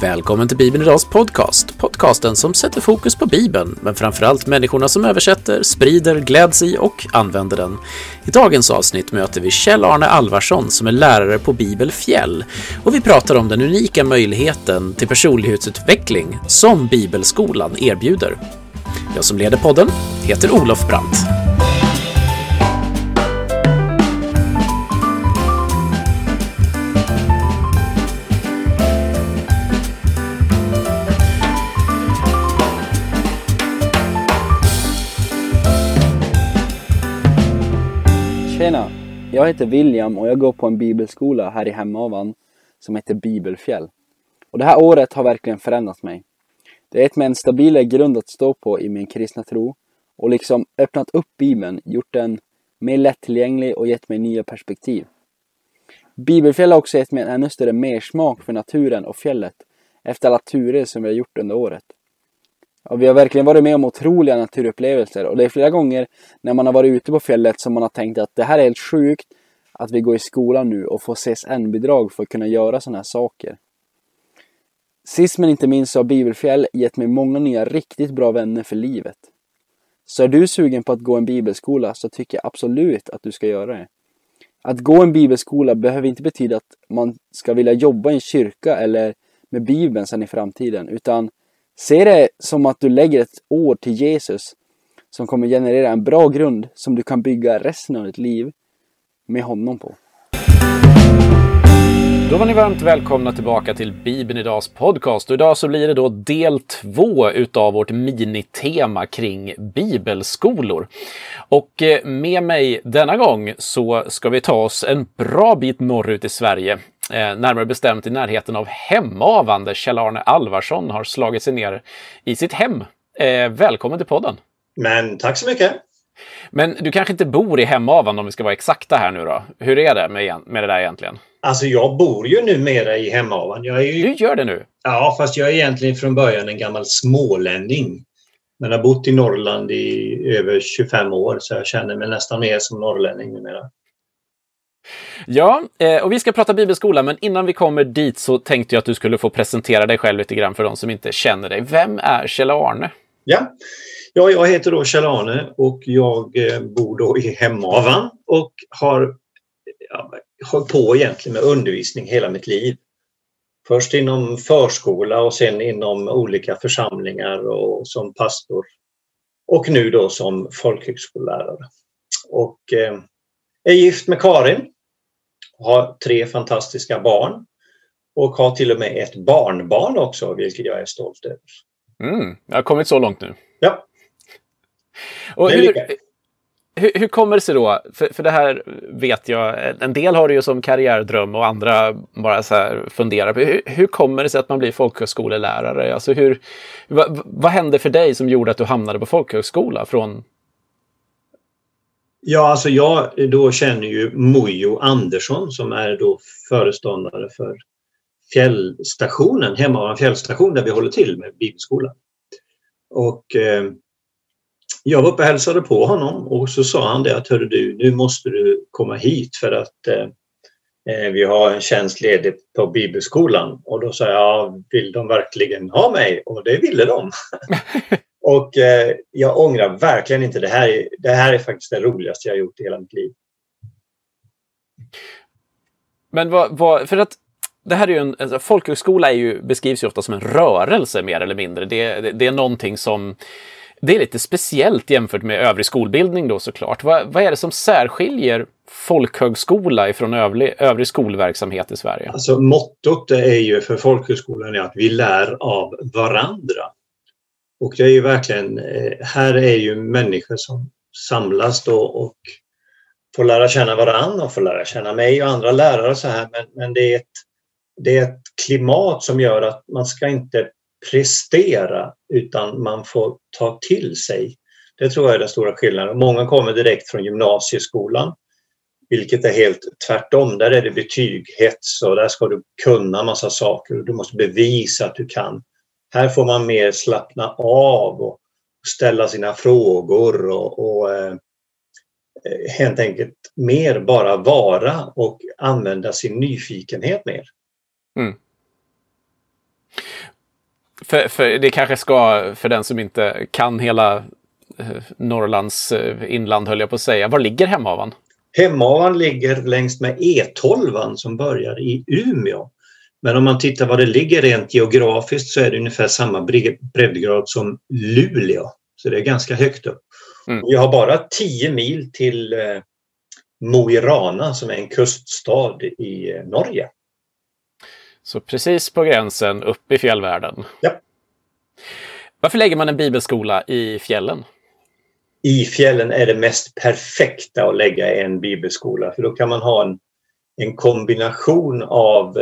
Välkommen till Bibeln idags podcast. Podcasten som sätter fokus på Bibeln, men framförallt människorna som översätter, sprider, gläds i och använder den. I dagens avsnitt möter vi Kjell-Arne Alvarsson som är lärare på Bibelfjäll. Och vi pratar om den unika möjligheten till personlighetsutveckling som Bibelskolan erbjuder. Jag som leder podden heter Olof Brandt. Tjena, jag heter William och jag går på en bibelskola här i Hemavan som heter Bibelfjäll. Och det här året har verkligen förändrat mig. Det är ett med en stabilare grund att stå på i min kristna tro och liksom öppnat upp Bibeln, gjort den mer lättillgänglig och gett mig nya perspektiv. Bibelfjäll har också gett mig en ännu större mersmak för naturen och fjället efter alla turer som vi har gjort under året. Ja, vi har verkligen varit med om otroliga naturupplevelser och det är flera gånger när man har varit ute på fjället som man har tänkt att det här är helt sjukt att vi går i skolan nu och får CSN-bidrag för att kunna göra sådana här saker. Sist men inte minst så har Bibelfjäll gett mig många nya riktigt bra vänner för livet. Så är du sugen på att gå en bibelskola så tycker jag absolut att du ska göra det. Att gå en bibelskola behöver inte betyda att man ska vilja jobba i en kyrka eller med Bibeln sen i framtiden, utan se det som att du lägger ett år till Jesus som kommer generera en bra grund som du kan bygga resten av ditt liv med honom på. Då var ni varmt välkomna tillbaka till Bibeln idags podcast. Och idag så blir det då del 2 utav vårt minitema kring bibelskolor. Och med mig denna gång så ska vi ta oss en bra bit norrut i Sverige. Närmare bestämt i närheten av Hemavan där Kjell-Arne Alvarsson har slagit sig ner i sitt hem. Välkommen till podden. Men tack så mycket. Men du kanske inte bor i Hemavan om vi ska vara exakta här nu då. Hur är det med det där egentligen? Alltså jag bor ju numera i Hemavan. Du gör det nu? Ja, fast jag är egentligen från början en gammal smålänning. Men har bott i Norrland i över 25 år så jag känner mig nästan mer som norrlänning numera. Ja, och vi ska prata bibelskola, men innan vi kommer dit så tänkte jag att du skulle få presentera dig själv lite grann för de som inte känner dig. Vem är Kjell-Arne? Ja, jag heter då Kjell-Arne och jag bor då i Hemavan och har hållit på egentligen med undervisning hela mitt liv. Först inom förskola och sen inom olika församlingar och som pastor. Och nu då som folkhögskollärare. Och är gift med Karin. Har 3 fantastiska barn. Och har till och med ett barnbarn också, vilket jag är stolt över. Jag har kommit så långt nu. Ja. Och hur kommer det sig då? För det här vet jag, en del har det ju som karriärdröm och andra bara så här funderar på. Hur kommer det sig att man blir folkhögskolelärare? Alltså vad hände för dig som gjorde att du hamnade på folkhögskola från... Ja, alltså jag då känner ju Mojo Andersson som är då föreståndare för fjällstationen, Hemavan fjällstation där vi håller till med bibelskolan. Och jag var uppe och hälsade på honom och så sa han det att hörru du, nu måste du komma hit för att vi har en tjänst ledig på bibelskolan. Och då sa jag, vill de verkligen ha mig? Och det ville de. Och jag ångrar verkligen inte. Det här är faktiskt det roligaste jag har gjort i hela mitt liv. Men för att det här är ju alltså, folkhögskola beskrivs ju ofta som en rörelse mer eller mindre. Det är någonting som det är lite speciellt jämfört med övrig skolbildning då såklart. Vad är det som särskiljer folkhögskola ifrån övrig skolverksamhet i Sverige? Alltså mottot är ju för folkhögskolan är att vi lär av varandra. Och det är ju verkligen, här är ju människor som samlas då och får lära känna varandra och får lära känna mig och andra lärare så här. Men det är ett klimat som gör att man ska inte prestera utan man får ta till sig. Det tror jag är den stora skillnaden. Många kommer direkt från gymnasieskolan, vilket är helt tvärtom. Där är det betygshets och där ska du kunna massa saker och du måste bevisa att du kan. Här får man mer slappna av och ställa sina frågor och helt enkelt mer bara vara och använda sin nyfikenhet mer. För det kanske ska, för den som inte kan hela Norrlands inland höll jag på att säga. Var ligger Hemavan? Hemavan ligger längs med E12 som börjar i Umeå. Men om man tittar var det ligger rent geografiskt så är det ungefär samma breddgrad som Luleå. Så det är ganska högt upp. Vi har bara 10 mil till Mo i Rana som är en kuststad i Norge. Så precis på gränsen upp i fjällvärlden. Ja. Varför lägger man en bibelskola i fjällen? I fjällen är det mest perfekta att lägga en bibelskola. För då kan man ha en kombination av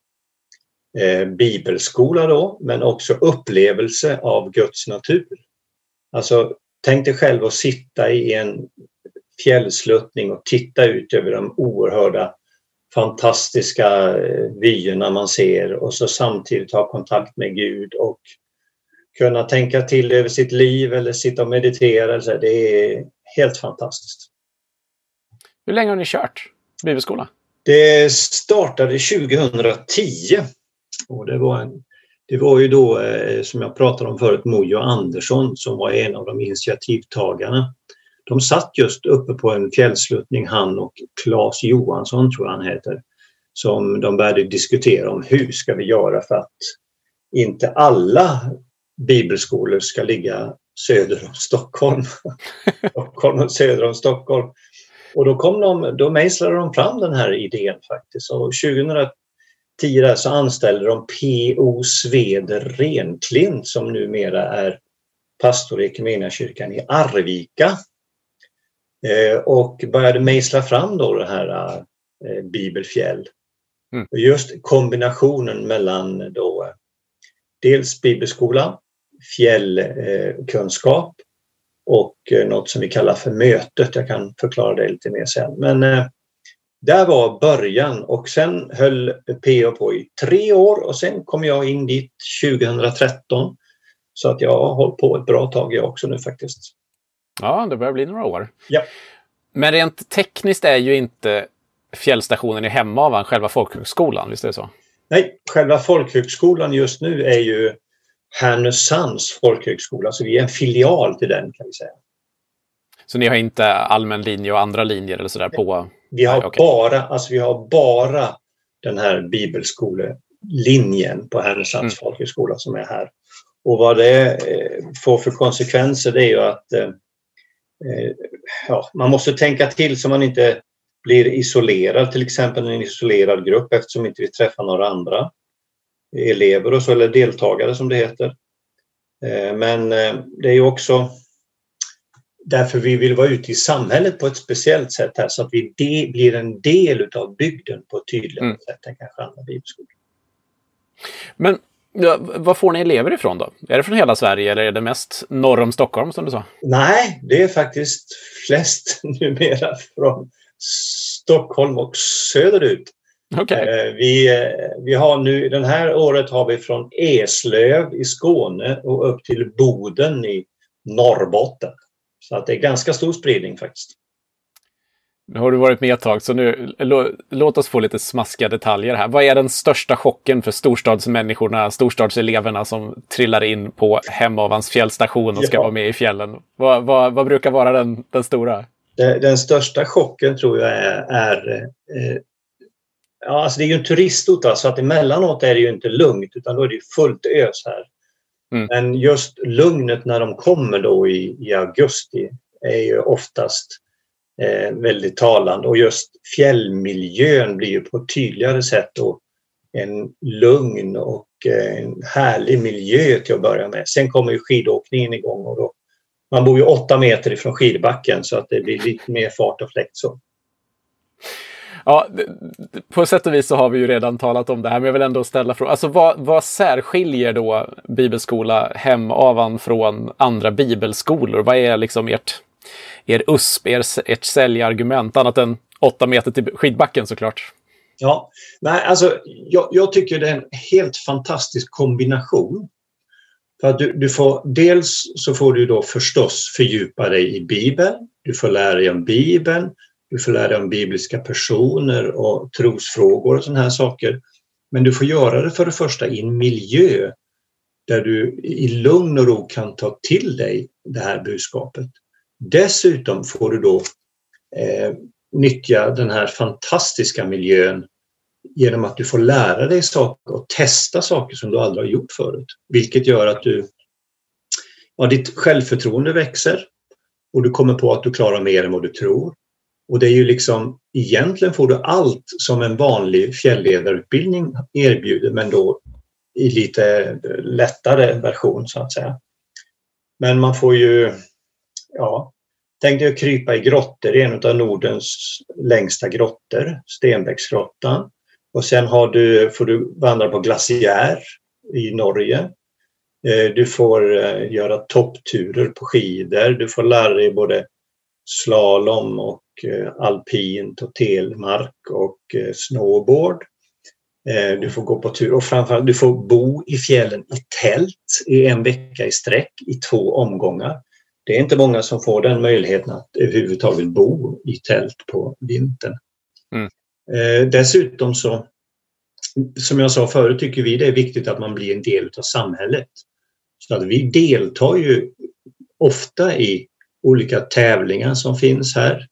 bibelskola då, men också upplevelse av Guds natur. Alltså, tänk dig själv att sitta i en fjällsluttning och titta ut över de oerhörda fantastiska vyerna man ser och så samtidigt ha kontakt med Gud och kunna tänka till över sitt liv eller sitta och meditera. Det är helt fantastiskt. Hur länge har ni kört bibelskola? Det startade 2010 och det var ju då som jag pratade om förut, Mojo Andersson som var en av de initiativtagarna. De satt just uppe på en fjällsluttning, han och Claes Johansson tror jag han heter, som de började diskutera om hur ska vi göra för att inte alla bibelskolor ska ligga söder om Stockholm. Stockholm och söder om Stockholm. Och då mejslade de fram den här idén faktiskt. Och 2010 så anställde de P.O. Sveder Renklint som numera är pastor i Equmeniakyrkan i Arvika. Och började mejsla fram då det här bibelfjäll. Just kombinationen mellan då dels bibelskola, fjällkunskap och något som vi kallar för mötet. Jag kan förklara det lite mer sen. Men där var början och sen höll PO på i 3 år och sen kom jag in dit 2013. Så att jag har hållit på ett bra tag jag också nu faktiskt. Ja, det börjar bli några år. Ja. Men rent tekniskt är ju inte fjällstationen i Hemavan själva folkhögskolan, visst är det så? Nej, själva folkhögskolan just nu är ju Härnösands folkhögskola, så vi är en filial till den kan vi säga. Så ni har inte allmän linje och andra linjer eller sådär på? Vi har bara den här bibelskolelinjen på Härnösands folkhögskola som är här. Och vad det får för konsekvenser det är ju att man måste tänka till så man inte blir isolerad, till exempel en isolerad grupp eftersom inte vi träffar några andra elever och så, eller deltagare som det heter. Men det är ju också därför vi vill vara ute i samhället på ett speciellt sätt här så att vi blir en del av bygden på ett tydligare sätt än kanske andra bibelskolor. Men vad får ni elever ifrån då? Är det från hela Sverige eller är det mest norr om Stockholm som du sa? Nej, det är faktiskt flest numera från Stockholm och söderut. Okay. Vi har nu, den här året har vi från Eslöv i Skåne och upp till Boden i Norrbotten. Så att det är ganska stor spridning faktiskt. Nu har du varit med ett tag så nu låt oss få lite smaskiga detaljer här. Vad är den största chocken för storstadsmänniskorna, storstadseleverna som trillar in på Hemavans fjällstation och ska vara med i fjällen? Vad brukar vara den stora? Den största chocken tror jag är alltså det är ju en turistort så att emellanåt är det ju inte lugnt utan då är det ju fullt ös här. Men just lugnet när de kommer då i augusti är ju oftast väldigt talande och just fjällmiljön blir ju på ett tydligare sätt då en lugn och en härlig miljö till att börja med. Sen kommer ju skidåkningen igång och då man bor ju 8 meter ifrån skidbacken så att det blir lite mer fart och fläkt så. Ja, på sätt och vis så har vi ju redan talat om det här, men jag vill ändå ställa frågan. Alltså vad särskiljer då bibelskola Hemavan från andra bibelskolor? Vad är liksom er USP, ert säljargument, annat än 8 meter till skidbacken såklart? Ja, nej, alltså jag tycker det är en helt fantastisk kombination. För att du får, dels så får du då förstås fördjupa dig i Bibeln, du får lära dig om Bibeln, du får lära dig om bibliska personer och trosfrågor och sådana här saker. Men du får göra det för det första i en miljö där du i lugn och ro kan ta till dig det här budskapet. Dessutom får du då nyttja den här fantastiska miljön genom att du får lära dig saker och testa saker som du aldrig har gjort förut. Vilket gör att ditt självförtroende växer och du kommer på att du klarar mer än vad du tror. Och det är ju liksom, egentligen får du allt som en vanlig fjällledarutbildning erbjuder, men då i lite lättare version så att säga. Men man får ju, tänk dig att krypa i grottor, en av Nordens längsta grottor, Stenbäcksgrottan. Och sen får du vandra på glaciär i Norge. Du får göra toppturer på skidor. Du får lära dig både slalom och alpint och telemark och snowboard. Du får gå på tur och framförallt du får bo i fjällen i tält i en vecka i sträck i 2 omgångar. Det är inte många som får den möjligheten att överhuvudtaget bo i tält på vintern. Dessutom så, som jag sa förut, tycker vi det är viktigt att man blir en del av samhället. Så att vi deltar ju ofta i olika tävlingar som finns här.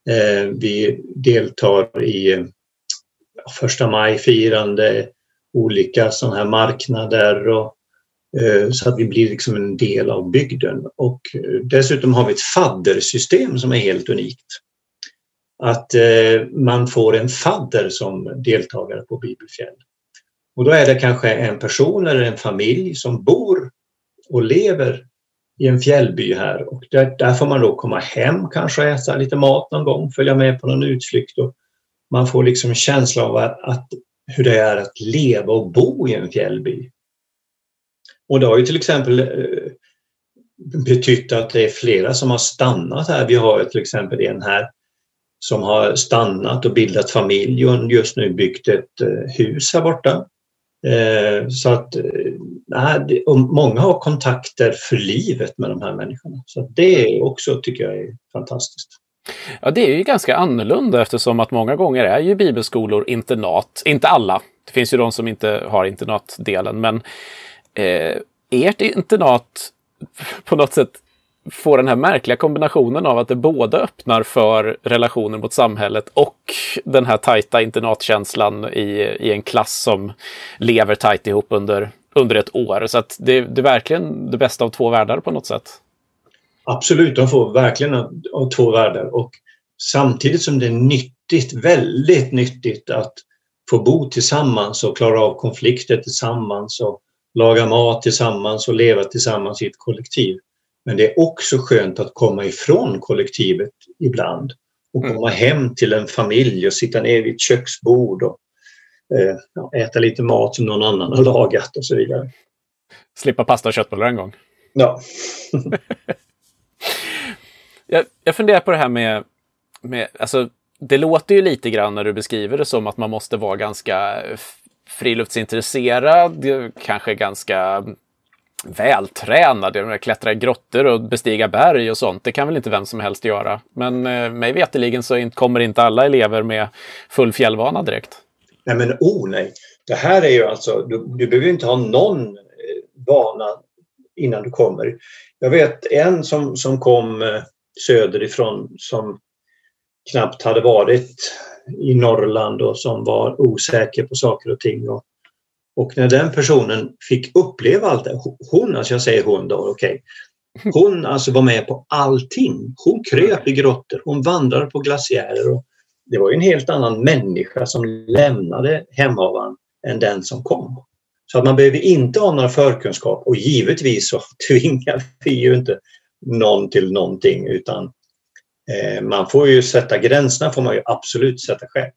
Vi deltar i första maj-firande, olika sådana här marknader och så att vi blir liksom en del av bygden. Och dessutom har vi ett faddersystem som är helt unikt. Att man får en fadder som deltagare på Bibelfjäll. Och då är det kanske en person eller en familj som bor och lever i en fjällby här. Och där får man då komma hem kanske och äta lite mat någon gång, följa med på någon utflykt. Och man får liksom en känsla av hur det är att leva och bo i en fjällby. Och det har ju till exempel betytt att det är flera som har stannat här. Vi har till exempel en här som har stannat och bildat familj och just nu byggt ett hus här borta. Så att och många har kontakter för livet med de här människorna. Så det är också, tycker jag, är fantastiskt. Ja, det är ju ganska annorlunda eftersom att många gånger är ju bibelskolor internat. Inte alla. Det finns ju de som inte har internatdelen. Men ert internat på något sätt får den här märkliga kombinationen av att det både öppnar för relationer mot samhället och den här tajta internatkänslan i en klass som lever tajt ihop under ett år. Så att det är verkligen det bästa av 2 världar på något sätt. Absolut, de får verkligen av 2 världar. Och samtidigt som det är nyttigt, väldigt nyttigt att få bo tillsammans och klara av konflikter tillsammans och laga mat tillsammans och leva tillsammans i ett kollektiv. Men det är också skönt att komma ifrån kollektivet ibland och komma hem till en familj och sitta ner vid ett köksbord och äta lite mat som någon annan har lagat och så vidare. Slippa pasta och köttbullar en gång. Ja. Jag funderar på det här med alltså, det låter ju lite grann när du beskriver det som att man måste vara ganska friluftsintresserad, kanske ganska vältränad, klättra i grottor och bestiga berg och sånt. Det kan väl inte vem som helst göra. Men mig veteligen så kommer inte alla elever med full fjällvana direkt. Nej, men nej. Det här är ju alltså, du behöver inte ha någon vana innan du kommer. Jag vet en som kom söderifrån som knappt hade varit i Norrland och som var osäker på saker och ting. Och när den personen fick uppleva allt det, jag säger hon då, okej. Hon alltså var med på allting. Hon kröp i grottor, hon vandrade på glaciärer och det var ju en helt annan människa som lämnade hemhavan än den som kom. Så att man behöver inte ha några förkunskap och givetvis så tvingar vi ju inte någon till någonting utan man får ju sätta gränserna, får man ju absolut sätta själv.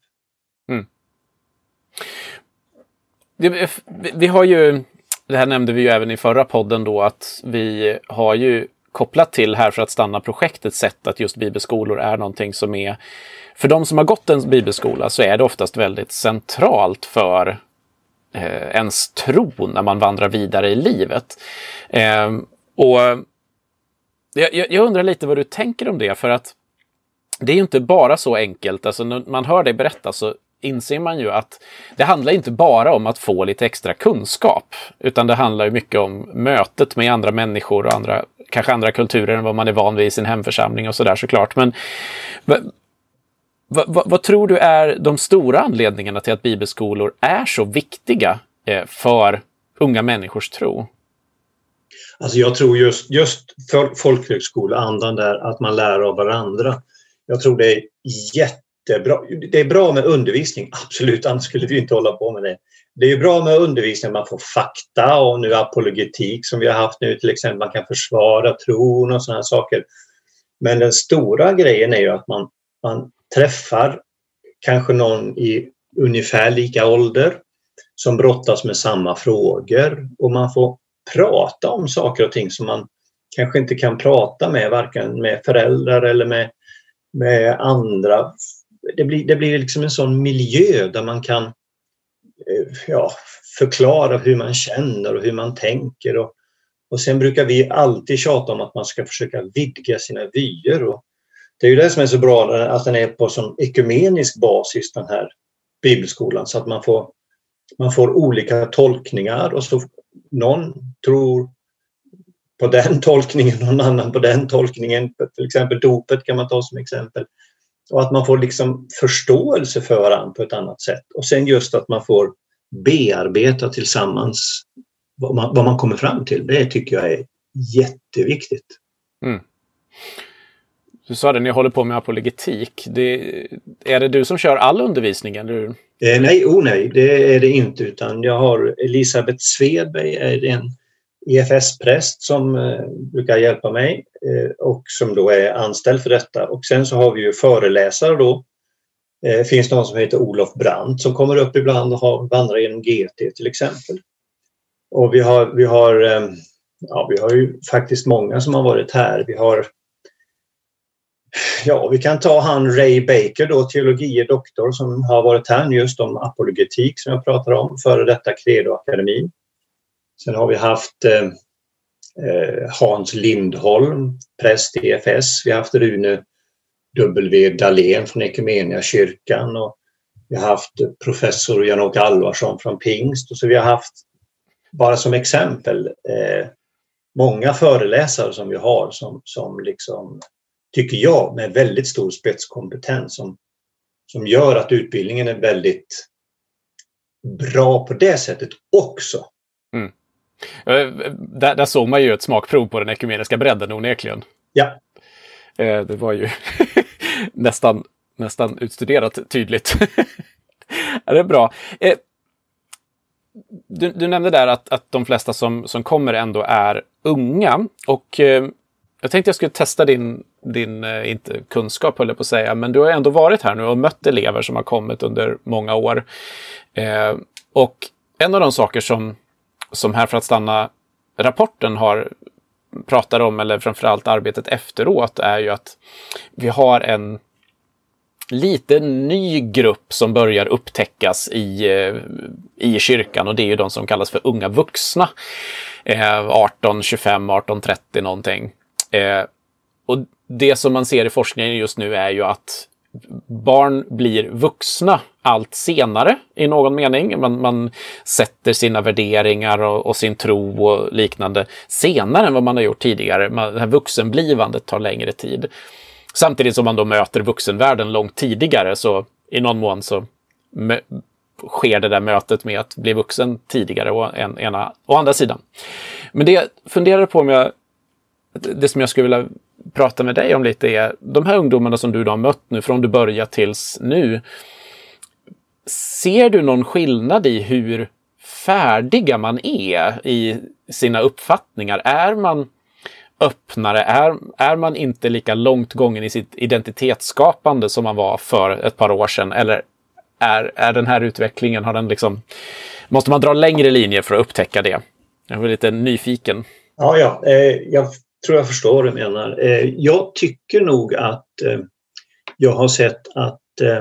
Vi har ju, det här nämnde vi ju även i förra podden då, att vi har ju kopplat till Här för att stanna projektet sett att just bibelskolor är någonting som är, för de som har gått en bibelskola så är det oftast väldigt centralt för ens tro när man vandrar vidare i livet. Och jag undrar lite vad du tänker om det, för att det är ju inte bara så enkelt. Alltså när man hör dig berätta så inser man ju att det handlar inte bara om att få lite extra kunskap, utan det handlar ju mycket om mötet med andra människor och kanske andra kulturer än vad man är van vid i sin hemförsamling och sådär såklart. Men vad tror du är de stora anledningarna till att bibelskolor är så viktiga för unga människors tro? Alltså jag tror just för folkhögskoleandan där, att man lär av varandra. Jag tror det är jättebra. Det är bra med undervisning, absolut, annars skulle vi inte hålla på med det. Det är bra med undervisning, man får fakta och nu apologetik som vi har haft nu till exempel. Man kan försvara tron och sådana här saker. Men den stora grejen är ju att man träffar kanske någon i ungefär lika ålder som brottas med samma frågor, och man får prata om saker och ting som man kanske inte kan prata med, varken med föräldrar eller med andra. Det blir liksom en sån miljö där man kan förklara hur man känner och hur man tänker, och sen brukar vi alltid tjata om att man ska försöka vidga sina vyer, och det är ju det som är så bra att den är på sån ekumenisk basis, den här bibelskolan, så att man får olika tolkningar, och så någon tror på den tolkningen, någon annan på den tolkningen. Till exempel dopet kan man ta som exempel. Och att man får liksom förståelse för varandra på ett annat sätt. Och sen just att man får bearbeta tillsammans vad man kommer fram till. Det tycker jag är jätteviktigt. Mm. Du sa det, ni håller på med apologetik. Är det du som kör all undervisning? Eller? Nej, det är det inte. Utan jag har Elisabeth Svedberg, är en EFS-präst som brukar hjälpa mig och som då är anställd för detta. Och sen så har vi ju föreläsare då. Finns någon som heter Olof Brandt som kommer upp ibland och vandrar genom GT till exempel. Och vi har ju faktiskt många som har varit här. Vi kan ta han Ray Baker då, teologie doktor, som har varit här just om apologetik som jag pratar om, före detta Credo-akademin. Sen har vi haft Hans Lindholm, präst i EFS. Vi har haft Rune W. Dahlén från Ekumenia kyrkan, och vi har haft professor Jan-Åke Alvarsson från Pingst. Och så vi har haft, bara som exempel, många föreläsare som vi har som liksom, tycker jag, med väldigt stor spetskompetens som gör att utbildningen är väldigt bra på det sättet också. Mm. Där såg man ju ett smakprov på den ekumeniska bredden onekligen. Ja. Det var ju nästan utstuderat tydligt. Ja, det är bra. Du nämnde där att de flesta som kommer ändå är unga, och jag tänkte jag skulle testa din inte kunskap, höll jag på att säga, men du har ändå varit här nu och mött elever som har kommit under många år. Och en av de saker som Här för att stanna-rapporten pratar om, eller framförallt arbetet efteråt, är ju att vi har en lite ny grupp som börjar upptäckas i kyrkan, och det är ju de som kallas för unga vuxna. 18, 25, 18, 30 någonting. Och det som man ser i forskningen just nu är ju att barn blir vuxna allt senare i någon mening. Man sätter sina värderingar och sin tro och liknande senare än vad man har gjort tidigare. Det här vuxenblivandet tar längre tid. Samtidigt som man då möter vuxenvärlden långt tidigare, så i någon mån så sker det där mötet med att bli vuxen tidigare å andra sidan. Men det jag funderar på, det som jag skulle vilja prata med dig om lite, är de här ungdomarna som du då har mött nu från du börjar tills nu. Ser du någon skillnad i hur färdiga man är i sina uppfattningar? Är man öppnare? Är man inte lika långt gången i sitt identitetsskapande som man var för ett par år sedan? Eller är den här utvecklingen, måste man dra längre linjer för att upptäcka det? Jag var lite nyfiken. Ja, jag tror jag förstår vad du menar. Jag tycker nog att jag har sett att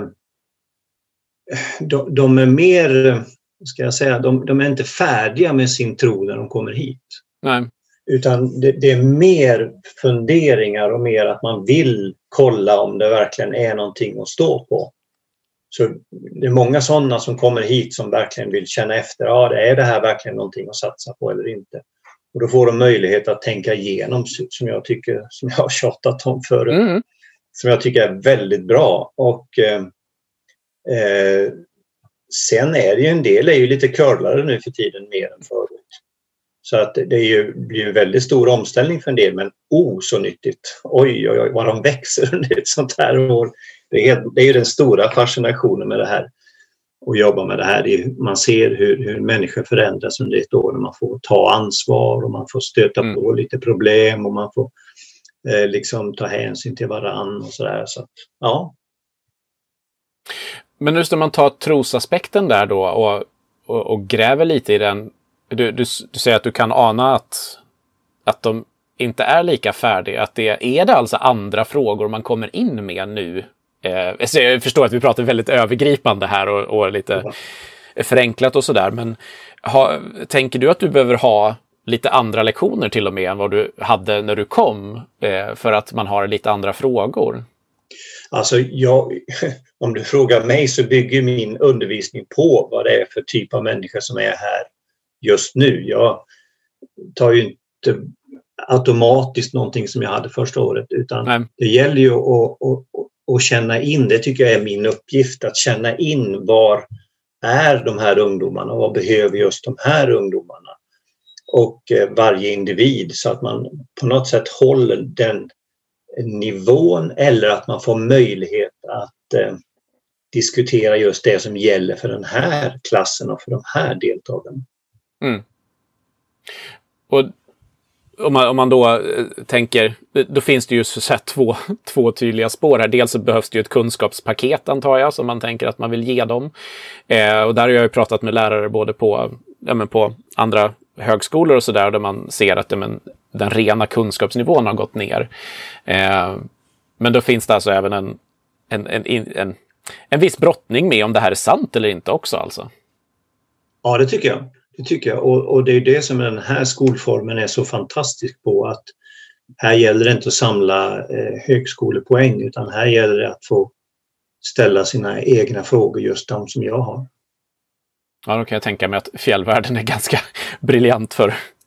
de är mer, ska jag säga, de är inte färdiga med sin tro när de kommer hit. Nej. Utan det är mer funderingar och mer att man vill kolla om det verkligen är någonting att stå på. Så det är många sådana som kommer hit som verkligen vill känna efter, är det här verkligen någonting att satsa på eller inte? Och då får de möjlighet att tänka igenom, som jag har tjatat om förut, som jag tycker är väldigt bra. Och sen är det ju en del är ju lite curlare nu för tiden mer än förut. Så att det blir en väldigt stor omställning för en del, men så nyttigt. Oj, vad de växer under ett sånt här år. Det är ju den stora fascinationen med det här. Och jobba med det här. Man ser hur människor förändras under ett år. När man får ta ansvar och man får stöta på lite problem och man får liksom ta hänsyn till varann och sådär. Så att, ja. Men just när man tar trosaspekten där då och gräver lite i den. Du säger att du kan ana att de inte är lika färdiga. Att är det alltså andra frågor man kommer in med nu? Jag förstår att vi pratar väldigt övergripande här och lite förenklat och sådär. Men tänker du att du behöver ha lite andra lektioner till och med än vad du hade när du kom? För att man har lite andra frågor? Alltså om du frågar mig så bygger min undervisning på vad det är för typ av människor som är här just nu. Jag tar ju inte automatiskt någonting som jag hade första året, utan det gäller ju att känna in, det tycker jag är min uppgift, att känna in var är de här ungdomarna och vad behöver just de här ungdomarna och varje individ, så att man på något sätt håller den nivån eller att man får möjlighet att diskutera just det som gäller för den här klassen och för de här deltagarna. Och om man då tänker, då finns det ju så två tydliga spår här. Dels så behövs det ju ett kunskapspaket, antar jag, som man tänker att man vill ge dem. Och där har jag ju pratat med lärare både på andra högskolor och sådär, där man ser att den rena kunskapsnivån har gått ner. Men då finns det alltså även en viss brottning med om det här är sant eller inte också alltså. Ja, det tycker jag. Och det är det som den här skolformen är så fantastisk på, att här gäller det inte att samla högskolepoäng, utan här gäller det att få ställa sina egna frågor, just de som jag har. Ja, då kan jag tänka mig att fjällvärlden är ganska briljant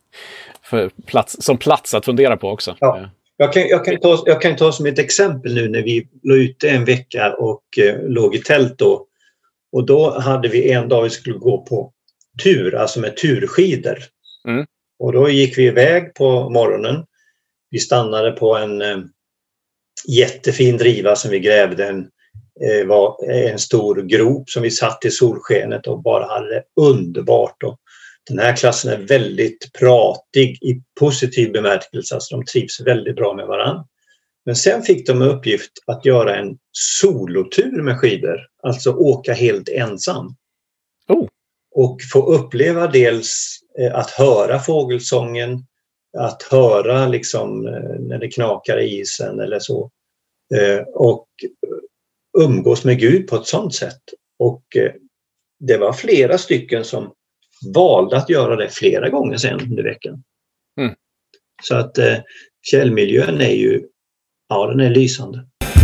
som plats att fundera på också. Ja. Jag kan ta som ett exempel nu när vi låg ute en vecka och låg i tält då. Och då hade vi en dag vi skulle gå på tur, alltså med turskidor. Och då gick vi iväg på morgonen. Vi stannade på en jättefin driva som vi grävde. Var en stor grop som vi satt i solskenet och bara hade det underbart. Och den här klassen är väldigt pratig i positiv bemärkelse, alltså de trivs väldigt bra med varann. Men sen fick de uppgift att göra en solotur med skidor, alltså åka helt ensam. Och få uppleva dels att höra fågelsången, att höra liksom när det knakar i isen eller så. Och umgås med Gud på ett sådant sätt. Och det var flera stycken som valde att göra det flera gånger sen under veckan. Så att källmiljön är ju, den är lysande.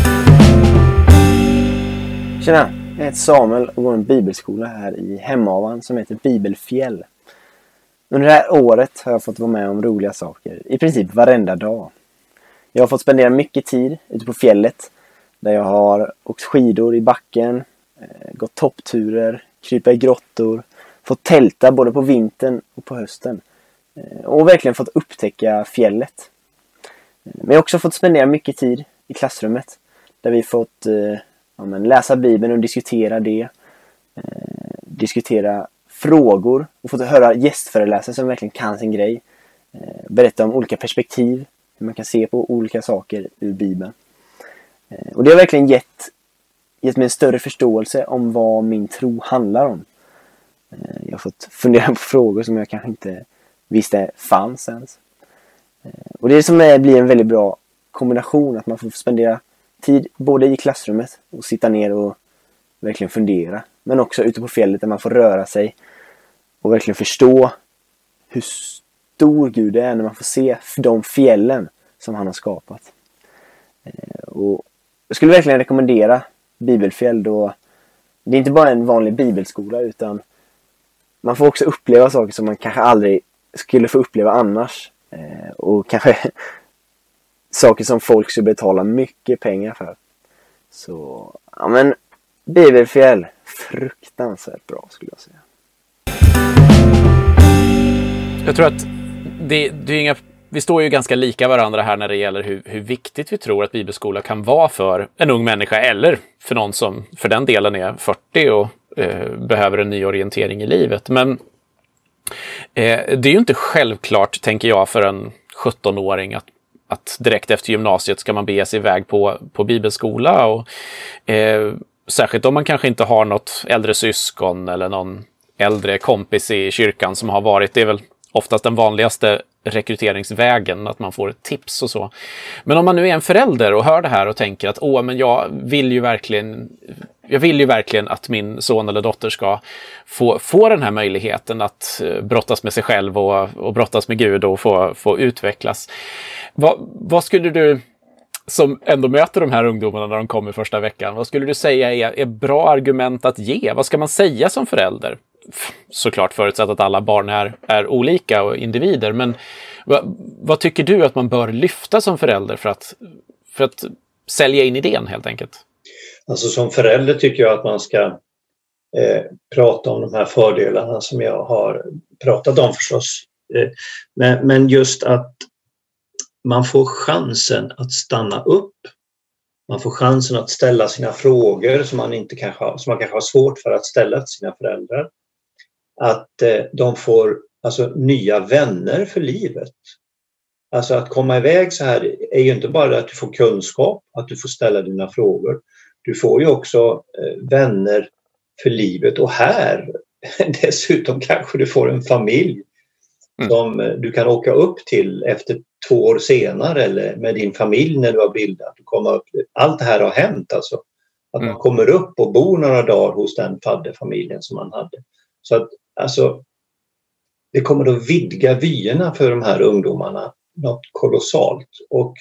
Tjena, jag heter Samuel och går en bibelskola här i Hemavan som heter Bibelfjäll. Under det här året har jag fått vara med om roliga saker, i princip varenda dag. Jag har fått spendera mycket tid ute på fjället, där jag har åkt skidor i backen, gått toppturer, krypa i grottor, fått tälta både på vintern och på hösten. Och verkligen fått upptäcka fjället. Men jag har också fått spendera mycket tid i klassrummet, där vi fått läsa Bibeln och diskutera det. Diskutera frågor och fått höra gästföreläsare som verkligen kan sin grej. Berätta om olika perspektiv, hur man kan se på olika saker ur Bibeln. Och det har verkligen gett mig en större förståelse om vad min tro handlar om. Jag har fått fundera på frågor som jag kanske inte visste fanns ens. Och det som blir en väldigt bra kombination, att man får spendera tid både i klassrummet och sitta ner och verkligen fundera, men också ute på fjället där man får röra sig och verkligen förstå hur stor Gud är när man får se de fjällen som han har skapat. Och jag skulle verkligen rekommendera Bibelfjäll, då det är inte bara en vanlig bibelskola, utan man får också uppleva saker som man kanske aldrig skulle få uppleva annars. Och kanske saker som folk skulle betala mycket pengar för. Så, ja men, Bibelfjäll, fruktansvärt bra skulle jag säga. Jag tror att det är inga... Vi står ju ganska lika varandra här när det gäller hur viktigt vi tror att bibelskola kan vara för en ung människa, eller för någon som för den delen är 40 och behöver en ny orientering i livet. Men det är ju inte självklart, tänker jag, för en 17-åring att direkt efter gymnasiet ska man bege sig iväg på bibelskola. Och särskilt om man kanske inte har något äldre syskon eller någon äldre kompis i kyrkan som har varit. Det är väl oftast den vanligaste rekryteringsvägen, att man får ett tips och så. Men om man nu är en förälder och hör det här och tänker att men jag vill ju verkligen att min son eller dotter ska få den här möjligheten att brottas med sig själv och brottas med Gud och få utvecklas. Vad skulle du, som ändå möter de här ungdomarna när de kommer första veckan, vad skulle du säga är bra argument att ge? Vad ska man säga som förälder? Såklart förutsatt att alla barn är olika och individer, men vad tycker du att man bör lyfta som förälder för att sälja in idén helt enkelt? Alltså som förälder tycker jag att man ska prata om de här fördelarna som jag har pratat om förstås. Men just att man får chansen att stanna upp. Man får chansen att ställa sina frågor som man kanske har svårt för att ställa till sina föräldrar. Att de får nya vänner för livet. Alltså att komma iväg så här är ju inte bara att du får kunskap, att du får ställa dina frågor. Du får ju också vänner för livet, och här dessutom kanske du får en familj som du kan åka upp till efter 2 år senare, eller med din familj när du har bildat. Allt det här har hänt alltså. Att man kommer upp och bor några dagar hos den fadderfamiljen som man hade. Så att det kommer att vidga vyerna för de här ungdomarna något kolossalt. Och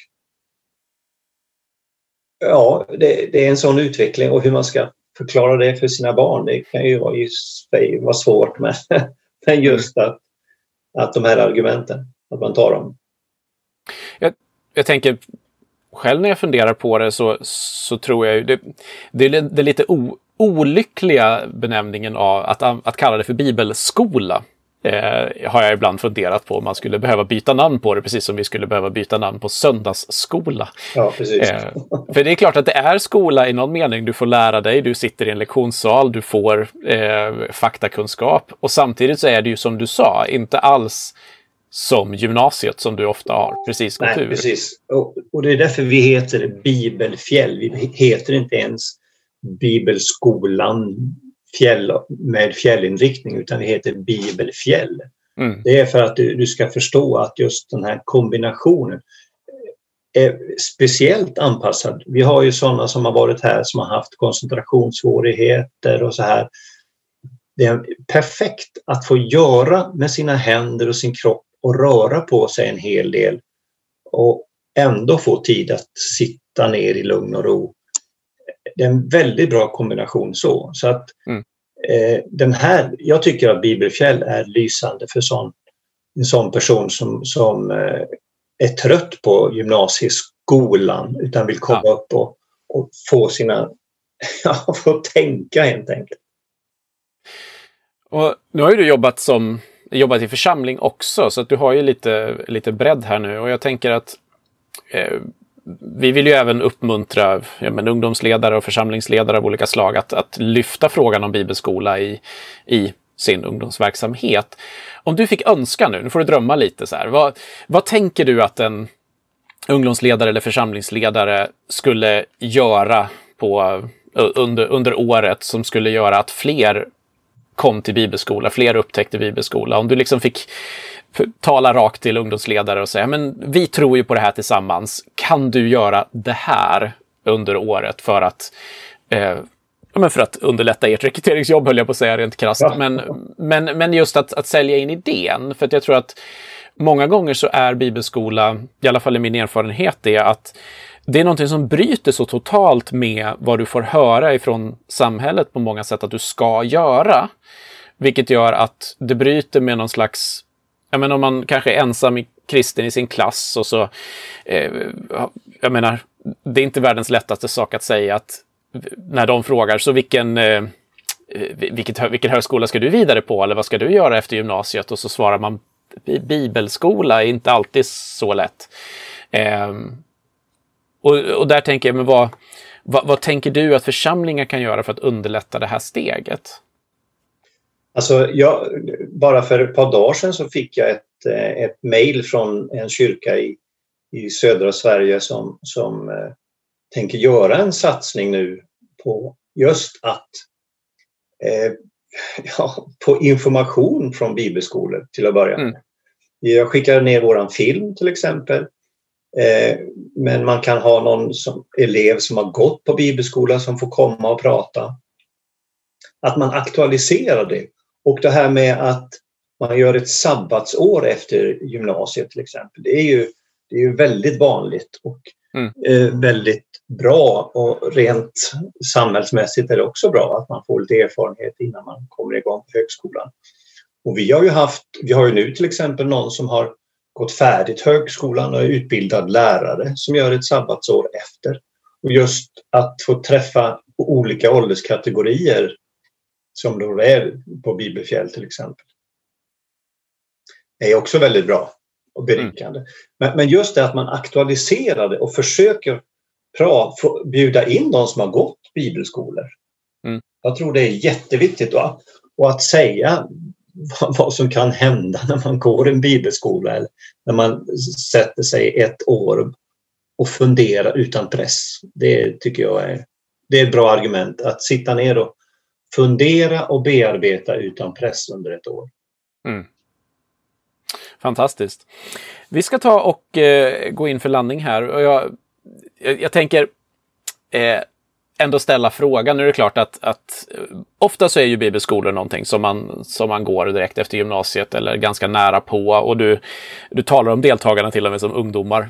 ja, det är en sån utveckling, och hur man ska förklara det för sina barn, det kan ju vara svårt med. Men just att de här argumenten, att man tar dem. Jag tänker, själv när jag funderar på det så tror jag det är lite olyckliga benämningen av att kalla det för bibelskola. Har jag ibland funderat på om man skulle behöva byta namn på det, precis som vi skulle behöva byta namn på söndagsskola. Ja, precis. För det är klart att det är skola i någon mening. Du får lära dig, du sitter i en lektionssal, du får faktakunskap, och samtidigt så är det ju, som du sa, inte alls som gymnasiet som du ofta har precis gått ur. Nej, precis. Och det är därför vi heter Bibelfjäll. Vi heter inte ens Bibelskolan med fjällinriktning, utan vi heter Bibelfjäll. Det är för att du ska förstå att just den här kombinationen är speciellt anpassad. Vi har ju sådana som har varit här som har haft koncentrationssvårigheter och så här. Det är perfekt att få göra med sina händer och sin kropp och röra på sig en hel del och ändå få tid att sitta ner i lugn och ro. Det är en väldigt bra kombination så att jag tycker att Bibelfjäll är lysande för en sån person som är trött på gymnasieskolan, utan vill komma upp och få få tänka helt enkelt. Och nu har ju du jobbat i församling också, så att du har ju lite bredd här nu, och jag tänker att vi vill ju även uppmuntra ungdomsledare och församlingsledare av olika slag att lyfta frågan om bibelskola i sin ungdomsverksamhet. Om du fick önska nu får du drömma lite så här. Vad tänker du att en ungdomsledare eller församlingsledare skulle göra under året som skulle göra att fler kom till bibelskola, fler upptäckte bibelskola? Om du liksom fick tala rakt till ungdomsledare och säga, men vi tror ju på det här tillsammans. Kan du göra det här under året för att underlätta ert rekryteringsjobb, höll jag på att säga rent krasst. Ja. Men just att sälja in idén. För att jag tror att många gånger så är bibelskola, i alla fall i min erfarenhet, det att det är någonting som bryter så totalt med vad du får höra ifrån samhället på många sätt att du ska göra. Vilket gör att det bryter med någon slags, jag menar om man kanske är ensam kristen i sin klass och så, jag menar, det är inte världens lättaste sak att säga att när de frågar så vilken högskola ska du vidare på eller vad ska du göra efter gymnasiet, och så svarar man bibelskola är inte alltid så lätt. Och där tänker jag, men vad tänker du att församlingar kan göra för att underlätta det här steget? Alltså, bara för ett par dagar sedan så fick jag ett mejl från en kyrka i södra Sverige som tänker göra en satsning nu på just att på information från bibelskolor till att börja med. Jag skickade ner våran film till exempel. Men man kan ha någon elev som har gått på bibelskola som får komma och prata. Att man aktualiserar det. Och det här med att man gör ett sabbatsår efter gymnasiet till exempel. Det är ju väldigt vanligt och väldigt bra, och rent samhällsmässigt är det också bra att man får lite erfarenhet innan man kommer igång på högskolan. Och vi har ju nu till exempel någon som har gått färdigt högskolan och är utbildad lärare som gör ett sabbatsår efter. Och just att få träffa olika ålderskategorier som då är på Bibelfjäll till exempel är också väldigt bra och berikande. Men just det att man aktualiserar det och försöker bjuda in de som har gått bibelskolor. Jag tror det är jätteviktigt och att säga vad som kan hända när man går en bibelskola eller när man sätter sig ett år och funderar utan press. Det tycker jag det är ett bra argument, att sitta ner och fundera och bearbeta utan press under ett år. Fantastiskt. Vi ska ta och gå in för landning här. Och jag tänker ändå ställa frågan. Nu är det klart att ofta så är ju bibelskolor någonting som man går direkt efter gymnasiet eller ganska nära på. Och du talar om deltagarna till och med som ungdomar.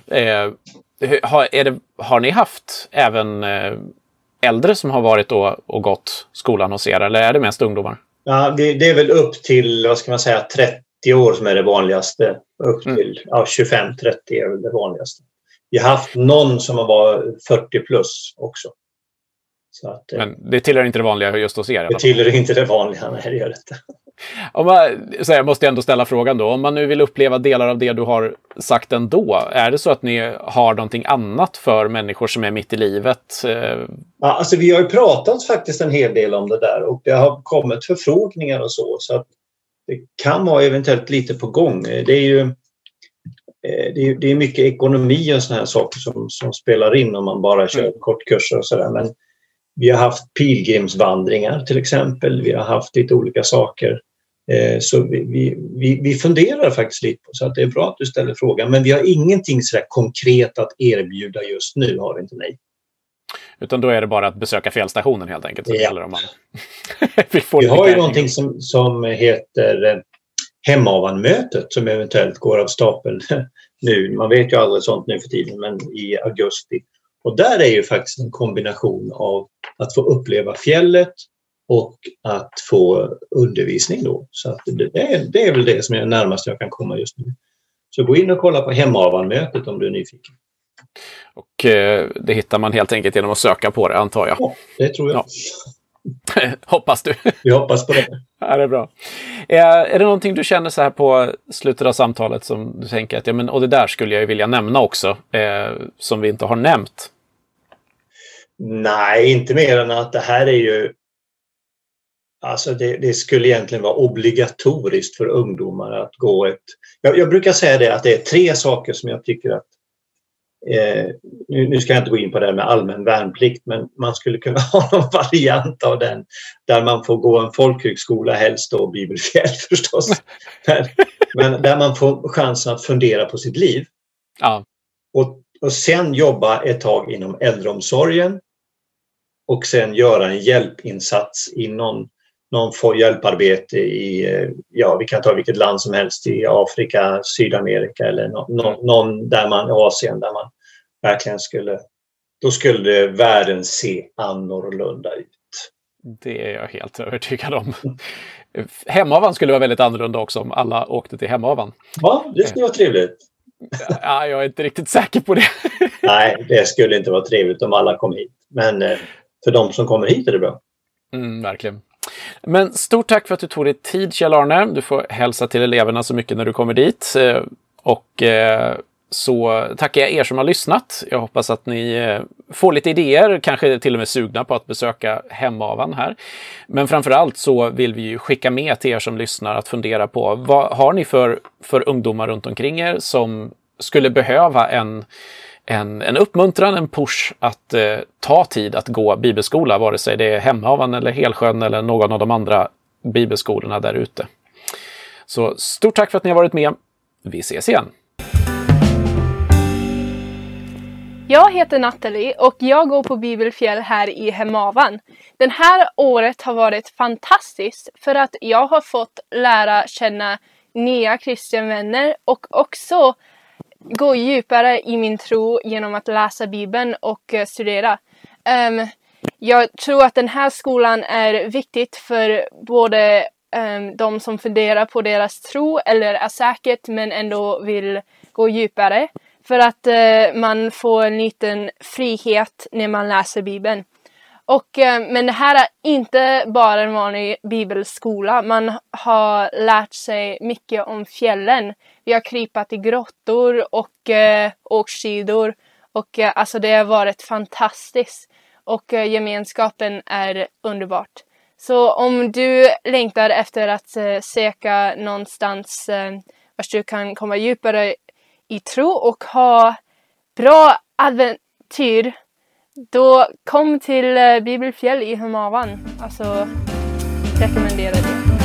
Har ni haft även äldre som har varit och gått skolan hos er, eller är det mest ungdomar? Ja, det är väl upp till, vad ska man säga, 30 år som är det vanligaste. Upp till 25-30 är väl det vanligaste. Vi har haft någon som var 40 plus också. Så att, men det tillhör inte det vanliga just hos er? Det tillhör inte det vanliga, nej, det gör det inte. Så jag måste ändå ställa frågan då. Om man nu vill uppleva delar av det du har sagt ändå, är det så att ni har någonting annat för människor som är mitt i livet? Ja, alltså vi har ju pratat faktiskt en hel del om det där och det har kommit förfrågningar och så att det kan vara eventuellt lite på gång. Det är ju det är mycket ekonomi och såna här saker som spelar in om man bara kör kortkurser och sådär. Men vi har haft pilgrimsvandringar till exempel. Vi har haft lite olika saker. Så vi funderar faktiskt lite på, så att det är bra att du ställer frågan. Men vi har ingenting så konkret att erbjuda just nu, har vi inte, nej. Utan då är det bara att besöka fjällstationen helt enkelt. Så ja. Vi har ju någonting som heter Hemavanmötet som eventuellt går av stapeln nu. Man vet ju aldrig sånt nu för tiden, men i augusti. Och där är ju faktiskt en kombination av att få uppleva fjället och att få undervisning då. Så att det är väl det som är närmast jag kan komma just nu. Så gå in och kolla på Hemavanmötet om du är nyfiken. Och det hittar man helt enkelt genom att söka på det, antar jag. Ja, det tror jag. Ja. Hoppas du. Vi hoppas på det. Ja, det är bra. Är det någonting du känner så här på slutet av samtalet som du tänker att och det där skulle jag ju vilja nämna också, som vi inte har nämnt? Nej, inte mer än att det här är ju, alltså det skulle egentligen vara obligatoriskt för ungdomar att gå jag brukar säga det att det är 3 saker som jag tycker att nu ska jag inte gå in på det här med allmän värnplikt, men man skulle kunna ha någon variant av den där man får gå en folkhögskola, helst då Bibelfjäll förstås, men där man får chansen att fundera på sitt liv. Ja. Och sen jobba ett tag inom äldreomsorgen och sen göra en hjälpinsats i någon hjälparbete i, vi kan ta vilket land som helst i Afrika, Sydamerika eller någon där Asien där man verkligen skulle då skulle världen se annorlunda ut. Det är jag helt övertygad om. Hemavan skulle vara väldigt annorlunda också om alla åkte till Hemavan. Ja, det skulle vara trevligt. Ja, jag är inte riktigt säker på det. Nej, det skulle inte vara trevligt om alla kom hit. Men för de som kommer hit är det bra. Verkligen. Men stort tack för att du tog dig tid, Kjell-Arne. Du får hälsa till eleverna så mycket när du kommer dit. Och så tackar jag er som har lyssnat. Jag hoppas att ni får lite idéer, kanske till och med sugna på att besöka Hemavan här. Men framförallt så vill vi ju skicka med till er som lyssnar att fundera på vad har ni för ungdomar runt omkring er som skulle behöva en uppmuntran, en push att ta tid att gå bibelskola, vare sig det är Hemavan eller Helsjön eller någon av de andra bibelskolorna där ute. Så stort tack för att ni har varit med. Vi ses igen. Jag heter Nathalie och jag går på Bibelfjäll här i Hemavan. Det här året har varit fantastiskt för att jag har fått lära känna nya kristenvänner och också gå djupare i min tro genom att läsa Bibeln och studera. Jag tror att den här skolan är viktigt för både de som funderar på deras tro eller är säkert men ändå vill gå djupare. För att man får en liten frihet när man läser Bibeln. Men det här är inte bara en vanlig bibelskola. Man har lärt sig mycket om fjällen. Vi har krypat i grottor och åkt skidor. Och alltså det har varit fantastiskt. Och gemenskapen är underbart. Så om du längtar efter att söka någonstans vars du kan komma djupare i tro och ha bra adventyr, då kom till Bibelfjäll i Hemavan. Alltså, rekommenderar det.